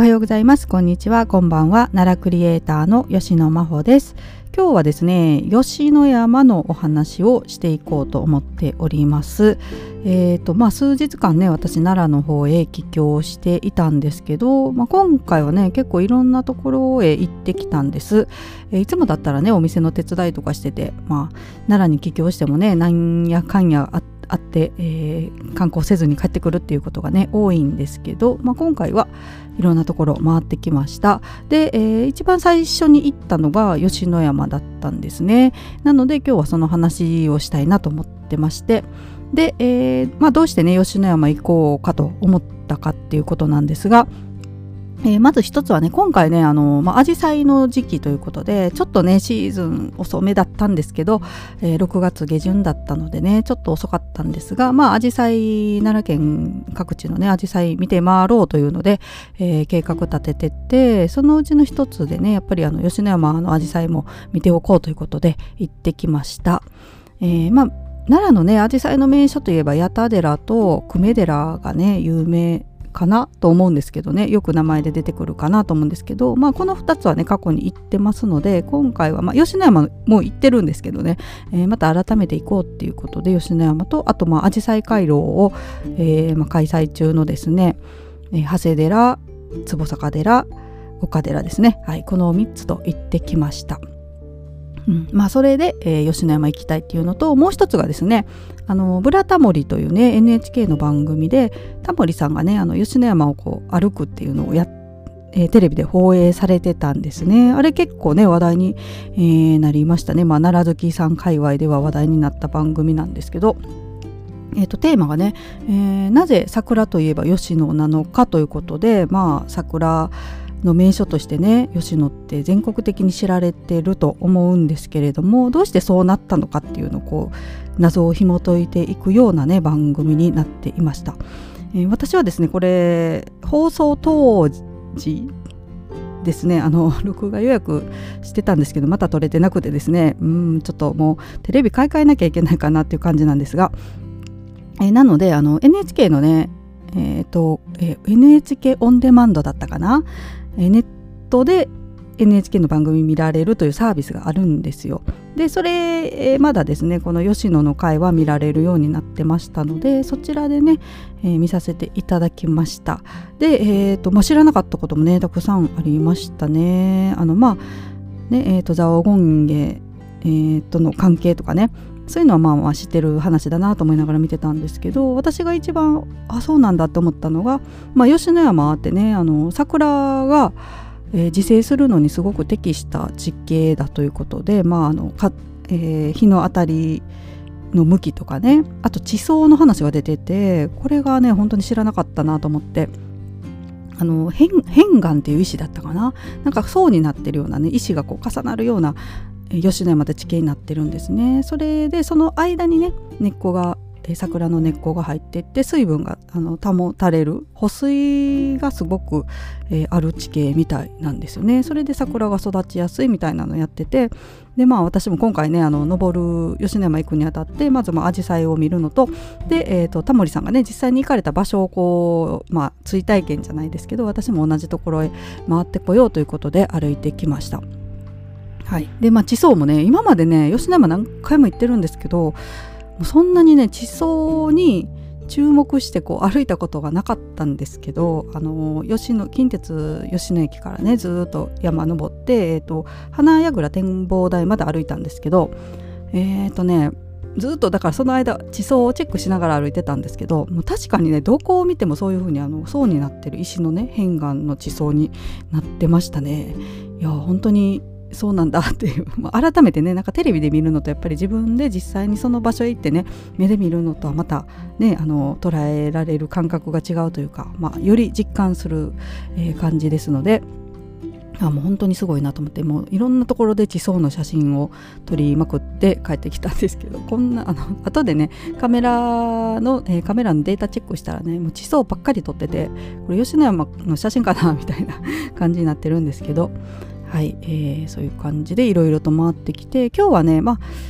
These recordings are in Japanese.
はようございます。こんにちは、こんばんは。奈良クリエイターの吉野真帆です。今日はですね、吉野山のお話をしていこうと思っております。数日間ね、私奈良の方へ帰郷していたんですけど、今回はね、結構いろんなところへ行ってきたんです。いつもだったらね、お店の手伝いとかしてて、奈良に帰郷してもね、なんやかんやあって、観光せずに帰ってくるっていうことがね多いんですけど、今回はいろんなところ回ってきました。で、一番最初に行ったのが吉野山だったんですね。なので今日はその話をしたいなと思ってまして、で、どうしてね吉野山行こうかと思ったかっていうことなんですが、まず一つはね、今回ねアジサイの時期ということで、ちょっとねシーズン遅めだったんですけど、6月下旬だったのでねちょっと遅かったんですが、アジサイ奈良県各地のねアジサイ見て回ろうというので、計画立ててて、そのうちの一つでねやっぱり吉野山のアジサイも見ておこうということで行ってきました。奈良のねアジサイの名所といえば八田寺と久米寺がね有名かなと思うんですけどね、よく名前で出てくるかなと思うんですけど、この2つはね過去に行ってますので、今回は吉野山も行ってるんですけどね、また改めて行こうっていうことで吉野山と、あとアジサイ回廊を、開催中のですね、長谷寺、坪坂寺、岡寺ですね、はい、この3つと行ってきました。それで、吉野山行きたいっていうのと、もう一つがですね、ブラタモリというね NHK の番組でタモリさんがね吉野山をこう歩くっていうのをテレビで放映されてたんですね。あれ結構ね話題に、なりましたね。奈良好きさん界隈では話題になった番組なんですけど、テーマがね、なぜ桜といえば吉野なのかということで、桜の名所としてね吉野って全国的に知られていると思うんですけれども、どうしてそうなったのかっていうのをこう謎を紐解いていくようなね番組になっていました。私はですねこれ放送当時ですね録画予約してたんですけど、また撮れてなくてですね、ちょっともうテレビ買い替えなきゃいけないかなっていう感じなんですが、なのでNHK のねNHK オンデマンドだったかな、ネットで NHK の番組見られるというサービスがあるんですよ。でそれ、まだですねこの吉野の回は見られるようになってましたので、そちらでね、見させていただきました。で、知らなかったこともねたくさんありましたね。蔵王権現、との関係とかね、そういうのは知ってる話だなと思いながら見てたんですけど、私が一番そうなんだと思ったのが、吉野山ってね桜が、自生するのにすごく適した地形だということで、日の当たりの向きとかね、あと地層の話が出てて、これがね本当に知らなかったなと思って、片岩っていう石だったかな、なんか層になってるようなね石がこう重なるような吉野山で地形になってるんですね。それでその間にね桜の根っこが入っていって、水分が保たれる保水がすごく、ある地形みたいなんですよね。それで桜が育ちやすいみたいなのをやってて、で私も今回ね登る吉野山行くにあたって、まずアジサイを見るのと、で、タモリさんがね実際に行かれた場所をこう追体験じゃないですけど、私も同じところへ回ってこようということで歩いてきました。はい、で地層もね今までね吉野山何回も行ってるんですけど、そんなにね地層に注目してこう歩いたことがなかったんですけど、近鉄吉野駅からねずっと山登って、花櫓展望台まで歩いたんですけど、ずっとだからその間地層をチェックしながら歩いてたんですけど、もう確かにねどこを見てもそういう風に層になってる石のね片岩の地層になってましたね。いや本当にそうなんだっていう改めてね、なんかテレビで見るのとやっぱり自分で実際にその場所へ行ってね目で見るのとはまたね捉えられる感覚が違うというか、より実感する、感じですので、もう本当にすごいなと思って、もういろんなところで地層の写真を撮りまくって帰ってきたんですけど、こんな後でねカメラのデータチェックしたらねもう地層ばっかり撮ってて、これ吉野山の写真かなみたいな感じになってるんですけど、はい、そういう感じでいろいろと回ってきて、今日はね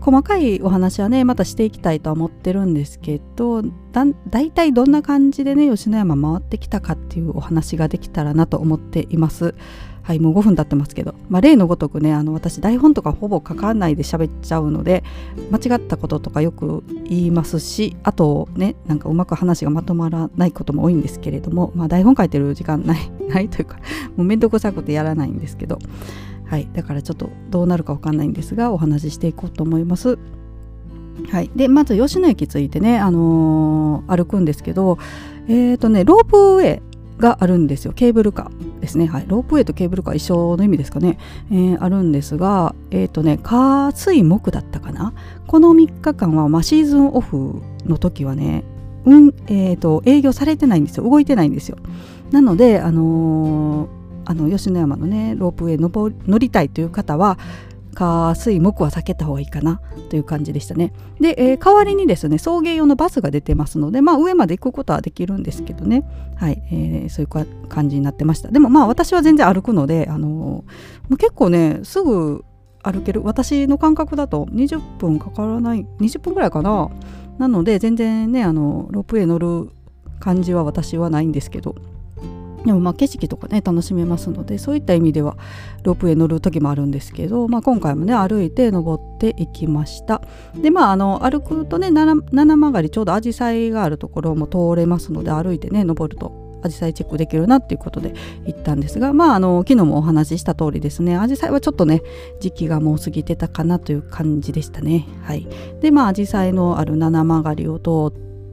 細かいお話はねまたしていきたいとは思ってるんですけど、だいたいどんな感じでね吉野山回ってきたかっていうお話ができたらなと思っています。はい、もう5分経ってますけど、例のごとくね私台本とかほぼ書かないで喋っちゃうので間違ったこととかよく言いますし、あとねなんかうまく話がまとまらないことも多いんですけれども、台本書いてる時間ないというかもうめんどくさくてやらないんですけど、はい、だからちょっとどうなるかわかんないんですがお話ししていこうと思います。はい、でまず吉野駅着いてね、歩くんですけど、ロープウェイがあるんですよ。ケーブルカーですね。はい、ロープウェイとケーブルカー一緒の意味ですかね。あるんですが、火水木だったかな。この3日間は、シーズンオフの時はね、営業されてないんですよ。動いてないんですよ。なので、吉野山のねロープウェイ乗りたいという方は火水木は避けた方がいいかなという感じでしたね。で、代わりにですね送迎用のバスが出てますので、上まで行くことはできるんですけどね、はい、そういう感じになってました。でも私は全然歩くので、結構ねすぐ歩ける、私の感覚だと20分かからない、20分ぐらいかな。なので全然ねロープウェイ乗る感じは私はないんですけど、でも景色とかね楽しめますので、そういった意味ではロープウェイ乗る時もあるんですけど、今回もね歩いて登っていきました。で歩くとね七曲りちょうどアジサイがあるところも通れますので、歩いてね登るとアジサイチェックできるなっていうことで行ったんですが、昨日もお話しした通りですね、アジサイはちょっとね時期がもう過ぎてたかなという感じでしたね。はい、でアジサイのある七曲りを通って、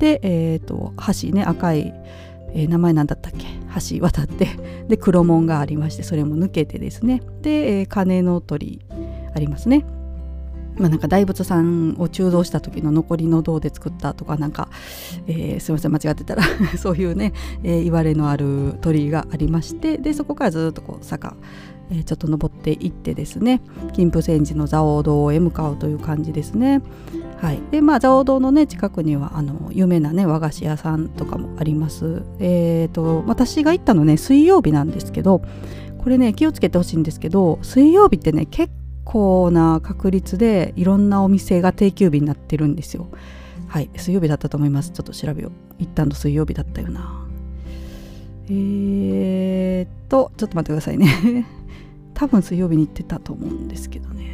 橋ね、赤い名前なんだったっけ、橋渡ってで黒門がありまして、それも抜けてですね、で、鐘の鳥ありますね。なんか大仏さんを鋳造した時の残りの銅で作ったとかなんか、すいません間違ってたらそういうね、言われのある鳥居がありまして、でそこからずっとこう坂、ちょっと登っていってですね、金峰山寺の蔵王堂へ向かうという感じですね。はい、で蔵王堂のね近くには有名なね和菓子屋さんとかもあります。私が行ったのね水曜日なんですけど、これね気をつけてほしいんですけど、水曜日ってね結構な確率でいろんなお店が定休日になってるんですよ。はい、水曜日だったと思います。ちょっと調べよう。行ったの水曜日だったよな。ちょっと待ってくださいね多分水曜日に行ってたと思うんですけどね。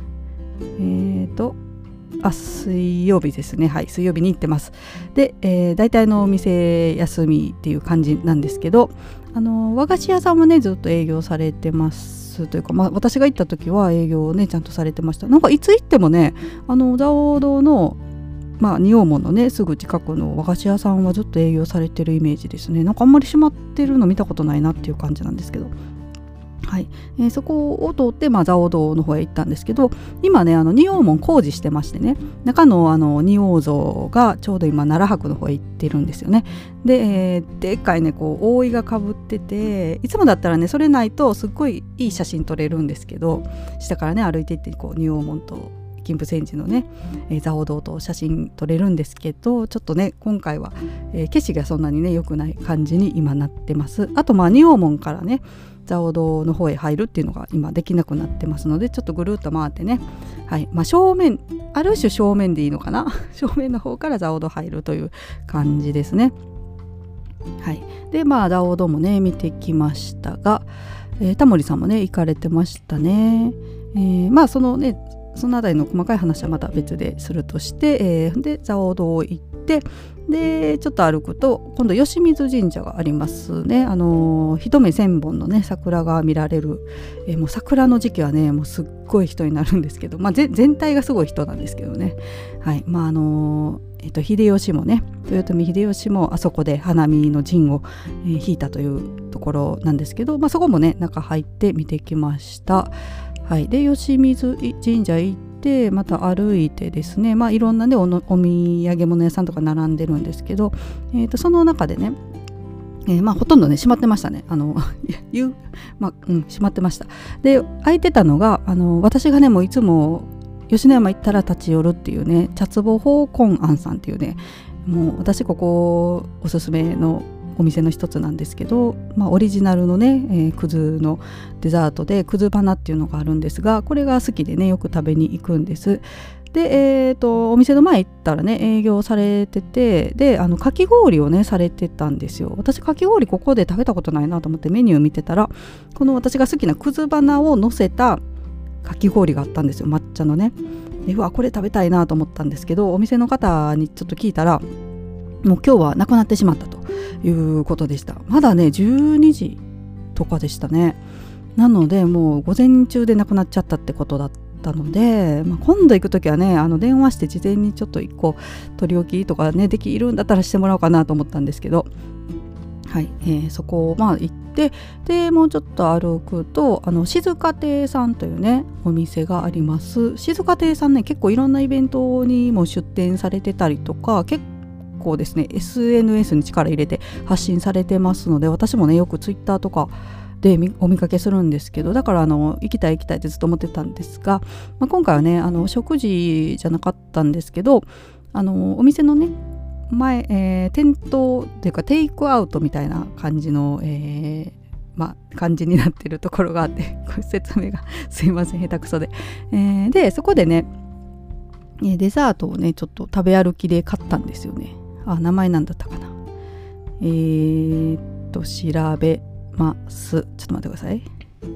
水曜日ですね。はい、水曜日に行ってます。で、大体のお店休みっていう感じなんですけど、和菓子屋さんもねずっと営業されてますというか、私が行った時は営業をねちゃんとされてました。なんかいつ行ってもね蔵王堂の仁王門のねすぐ近くの和菓子屋さんはずっと営業されてるイメージですね。なんかあんまり閉まってるの見たことないなっていう感じなんですけど、はい、そこを通って蔵王堂の方へ行ったんですけど、今ね仁王門工事してましてね、中の仁王像がちょうど今奈良博の方へ行ってるんですよね。で、でっかいねこう覆いがかぶってて、いつもだったらねそれないとすっごいいい写真撮れるんですけど、下からね歩いていってこう仁王門と金峰山寺のね蔵王堂と写真撮れるんですけど、ちょっとね今回は、景色がそんなにね良くない感じに今なってます。あと仁王門からね蔵王堂の方へ入るっていうのが今できなくなってますので、ちょっとぐるっと回ってね、はい、正面、ある種正面でいいのかな正面の方から蔵王堂入るという感じですね。はい、で蔵王堂もね見てきましたが、タモリさんもね行かれてましたね。そのねそのあたりの細かい話はまた別でするとして、で蔵王堂行って、でちょっと歩くと今度吉水神社がありますね。一目千本のね桜が見られる、もう桜の時期はねもうすっごい人になるんですけど、全体がすごい人なんですけどね。はい、秀吉もね、豊臣秀吉もあそこで花見の陣を、引いたというところなんですけど、そこもね中入って見てきました。はい、で吉水神社行ってまた歩いてですね、いろんなねお土産物屋さんとか並んでるんですけど、その中でね、ほとんどね閉まってましたね。閉まってました。で空いてたのが私がねもういつも吉野山行ったら立ち寄るっていうね茶壺宝根庵さんっていうね、もう私ここおすすめのお店の一つなんですけど、オリジナルのね、くずのデザートでくず花っていうのがあるんですが、これが好きでねよく食べに行くんです。 で、お店の前行ったらね営業されてて、でかき氷をねされてたんですよ。私かき氷ここで食べたことないなと思ってメニュー見てたら、この私が好きなくず花を乗せたかき氷があったんですよ、抹茶のね。でうわこれ食べたいなと思ったんですけど、お店の方にちょっと聞いたら、もう今日はなくなってしまったということでした。まだね12時とかでしたね。なのでもう午前中でなくなっちゃったってことだったので、今度行くときはね電話して事前にちょっと1個取り置きとかねできるんだったらしてもらおうかなと思ったんですけど、はい、そこを行って、でもうちょっと歩くと静香亭さんというねお店があります。静香亭さんね結構いろんなイベントにも出店されてたりとか、結構ですね SNS に力入れて発信されてますので、私もねよくツイッターとかでお見かけするんですけど、だから行きたいってずっと思ってたんですが、今回はね食事じゃなかったんですけど、お店のね前、店頭っていうかテイクアウトみたいな感じの、感じになってるところがあって、これ説明がすいません下手くそで、でそこでねデザートをねちょっと食べ歩きで買ったんですよね。名前なんだったかな、調べます。ちょっと待ってください。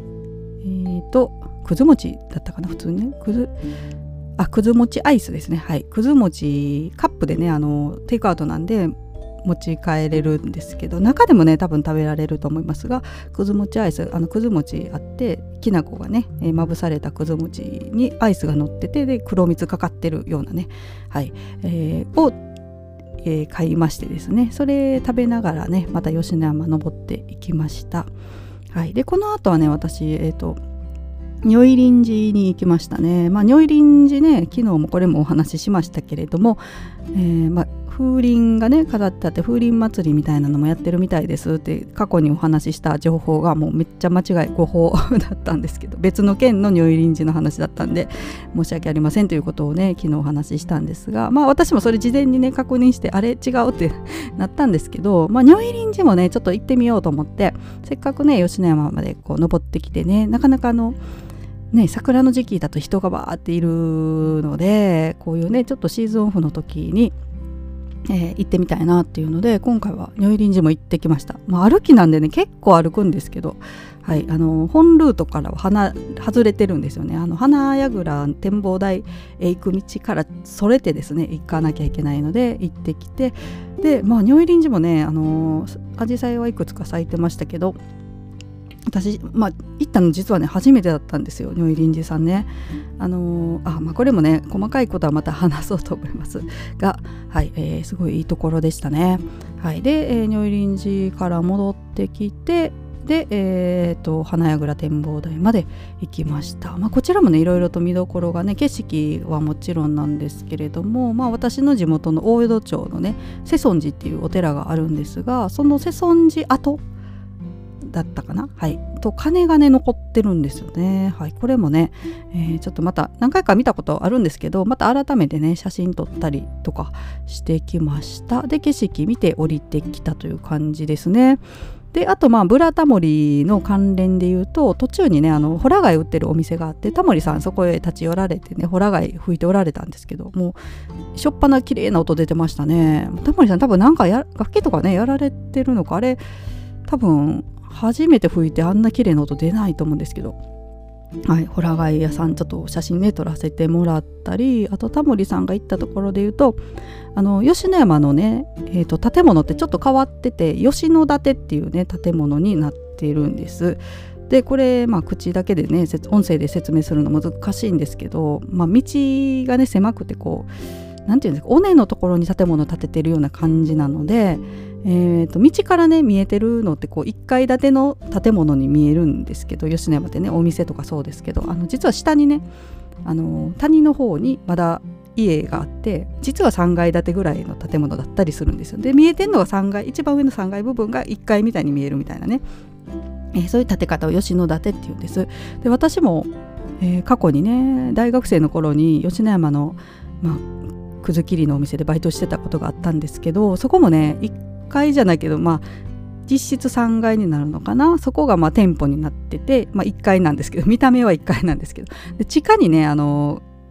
くず餅だったかな、普通にねくず餅アイスですね。はい、くず餅カップでねテイクアウトなんで持ち帰れるんですけど、中でもね多分食べられると思いますが、くず餅アイスくず餅あってきな粉がねまぶされたくず餅にアイスが乗ってて、で黒蜜かかってるようなね、はい、を買いましてですね、それ食べながらねまた吉野山登っていきました。はい、でこの後はね私如意輪寺に行きましたね。如意輪寺ね昨日もこれもお話ししましたけれども、風鈴がね飾ってあって風鈴祭りみたいなのもやってるみたいですって過去にお話しした情報がもうめっちゃ間違い誤報だったんですけど、別の県の如意輪寺の話だったんで申し訳ありませんということをね昨日お話ししたんですが、私もそれ事前にね確認してあれ違うってなったんですけど、如意輪寺もねちょっと行ってみようと思って、せっかくね吉野山までこう登ってきてね、なかなか桜の時期だと人がバーっているので、こういうねちょっとシーズンオフの時に行ってみたいなっていうので、今回は如意輪寺も行ってきました。歩きなんでね結構歩くんですけど、はい、本ルートからは外れてるんですよね。花櫓展望台へ行く道からそれてですね行かなきゃいけないので行ってきて、で如意輪寺もねアジサイはいくつか咲いてましたけど、私行ったの実はね初めてだったんですよ、如意輪寺さんね。これもね細かいことはまた話そうと思いますが、はい、すごいいいところでしたね。はい、で、如意輪寺から戻ってきて、で、花櫓展望台まで行きました。こちらもねいろいろと見どころがね、景色はもちろんなんですけれども、私の地元の大江戸町のね世尊寺っていうお寺があるんですが、その世尊寺跡だったかな、はい、と鐘がね残ってるんですよね。はい、これもね、ちょっとまた何回か見たことあるんですけど、また改めてね写真撮ったりとかしてきました。で景色見て降りてきたという感じですね。であとブラタモリの関連で言うと、途中にねホラ貝売ってるお店があって、タモリさんそこへ立ち寄られてねホラ貝吹いておられたんですけど、もうしょっぱな綺麗な音出てましたね。タモリさん多分なんか楽器とかねやられてるのか、あれ多分初めて吹いてあんな綺麗な音出ないと思うんですけど、はい、ホラ貝屋さんちょっと写真ね撮らせてもらったり、あとタモリさんが行ったところで言うと吉野山のね、建物ってちょっと変わってて、吉野立っていうね建物になっているんです。でこれ口だけでね音声で説明するの難しいんですけど、道がね狭くてこうなんていうんですか、尾根のところに建物を建ててるような感じなので、道からね見えてるのってこう1階建ての建物に見えるんですけど、吉野山ってねお店とかそうですけど、実は下にね谷の方にまだ家があって、実は3階建てぐらいの建物だったりするんですよ。で見えてるのが3階、一番上の3階部分が1階みたいに見えるみたいなね、そういう建て方を吉野建てっていうんです。で私も、過去にね大学生の頃に吉野山のくず切りのお店でバイトしてたことがあったんですけど、そこもね1階じゃないけど実質3階になるのかな、そこが店舗になってて、1階なんですけど、見た目は1階なんですけど、で地下にね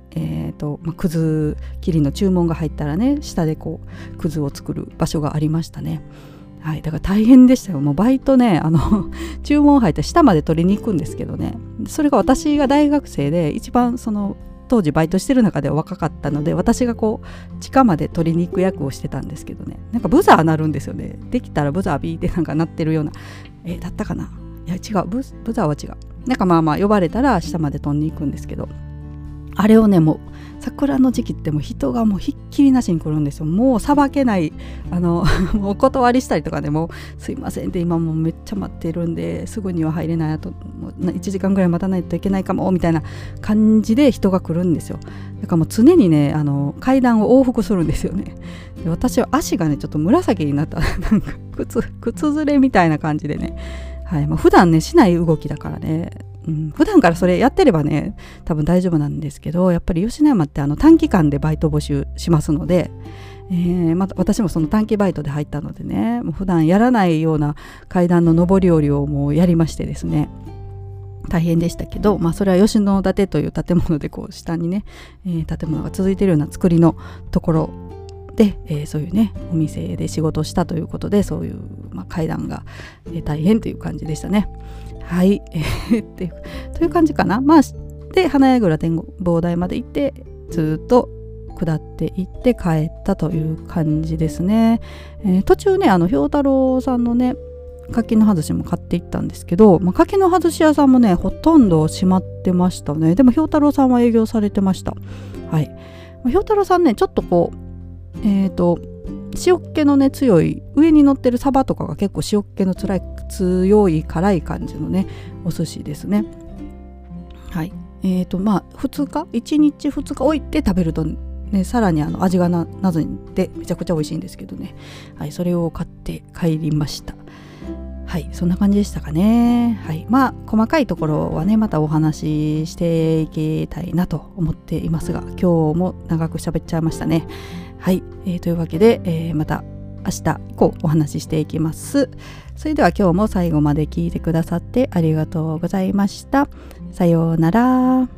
くず切りの注文が入ったらね、下でこうくずを作る場所がありましたね。はい、だから大変でしたよ。もうバイトね、注文入って下まで取りに行くんですけどね、それが私が大学生で一番当時バイトしてる中では若かったので、私がこう地下まで取りに行く役をしてたんですけどね、なんかブザー鳴るんですよね。できたらブザービーってなんか鳴ってるような、だったかな、いや違う、ブザーは違う、なんかまあ呼ばれたら下まで取りに行くんですけど、あれをね、もう桜の時期ってもう人がもうひっきりなしに来るんですよ。もうさばけない、もうお断りしたりとかでもすいませんって今もうめっちゃ待ってるんですぐには入れない、あともう1時間ぐらい待たないといけないかもみたいな感じで人が来るんですよ。だからもう常にね階段を往復するんですよね。で私は足がねちょっと紫になったなんか靴ずれみたいな感じでね、はい、普段ねしない動きだからね、普段からそれやってればね多分大丈夫なんですけど、やっぱり吉野山って短期間でバイト募集しますので、私もその短期バイトで入ったのでね、もう普段やらないような階段の上り下りをもうやりましてですね、大変でしたけど、それは吉野建という建物でこう下にね、建物が続いているような作りのところで、そういうねお店で仕事をしたということで、そういう、階段が、大変という感じでしたね。はい、という感じかな。で花櫓展望台まで行ってずっと下っていって帰ったという感じですね。途中ね兵太郎さんのね柿の外しも買っていったんですけど、柿の外し屋さんもねほとんど閉まってましたね。でも兵太郎さんは営業されてました。はい、兵太郎さんねちょっとこう塩っ気のね強い、上に乗ってるサバとかが結構塩っ気の強い辛い感じのねお寿司ですね。はい、1日2日置いて食べるとねさらに味がなずにでめちゃくちゃ美味しいんですけどね、はい、それを買って帰りました。はい、そんな感じでしたかね。はい、細かいところはねまたお話ししていきたいなと思っていますが、今日も長く喋っちゃいましたね。はい、というわけで、また明日以降お話ししていきます。それでは今日も最後まで聞いてくださってありがとうございました。さようなら。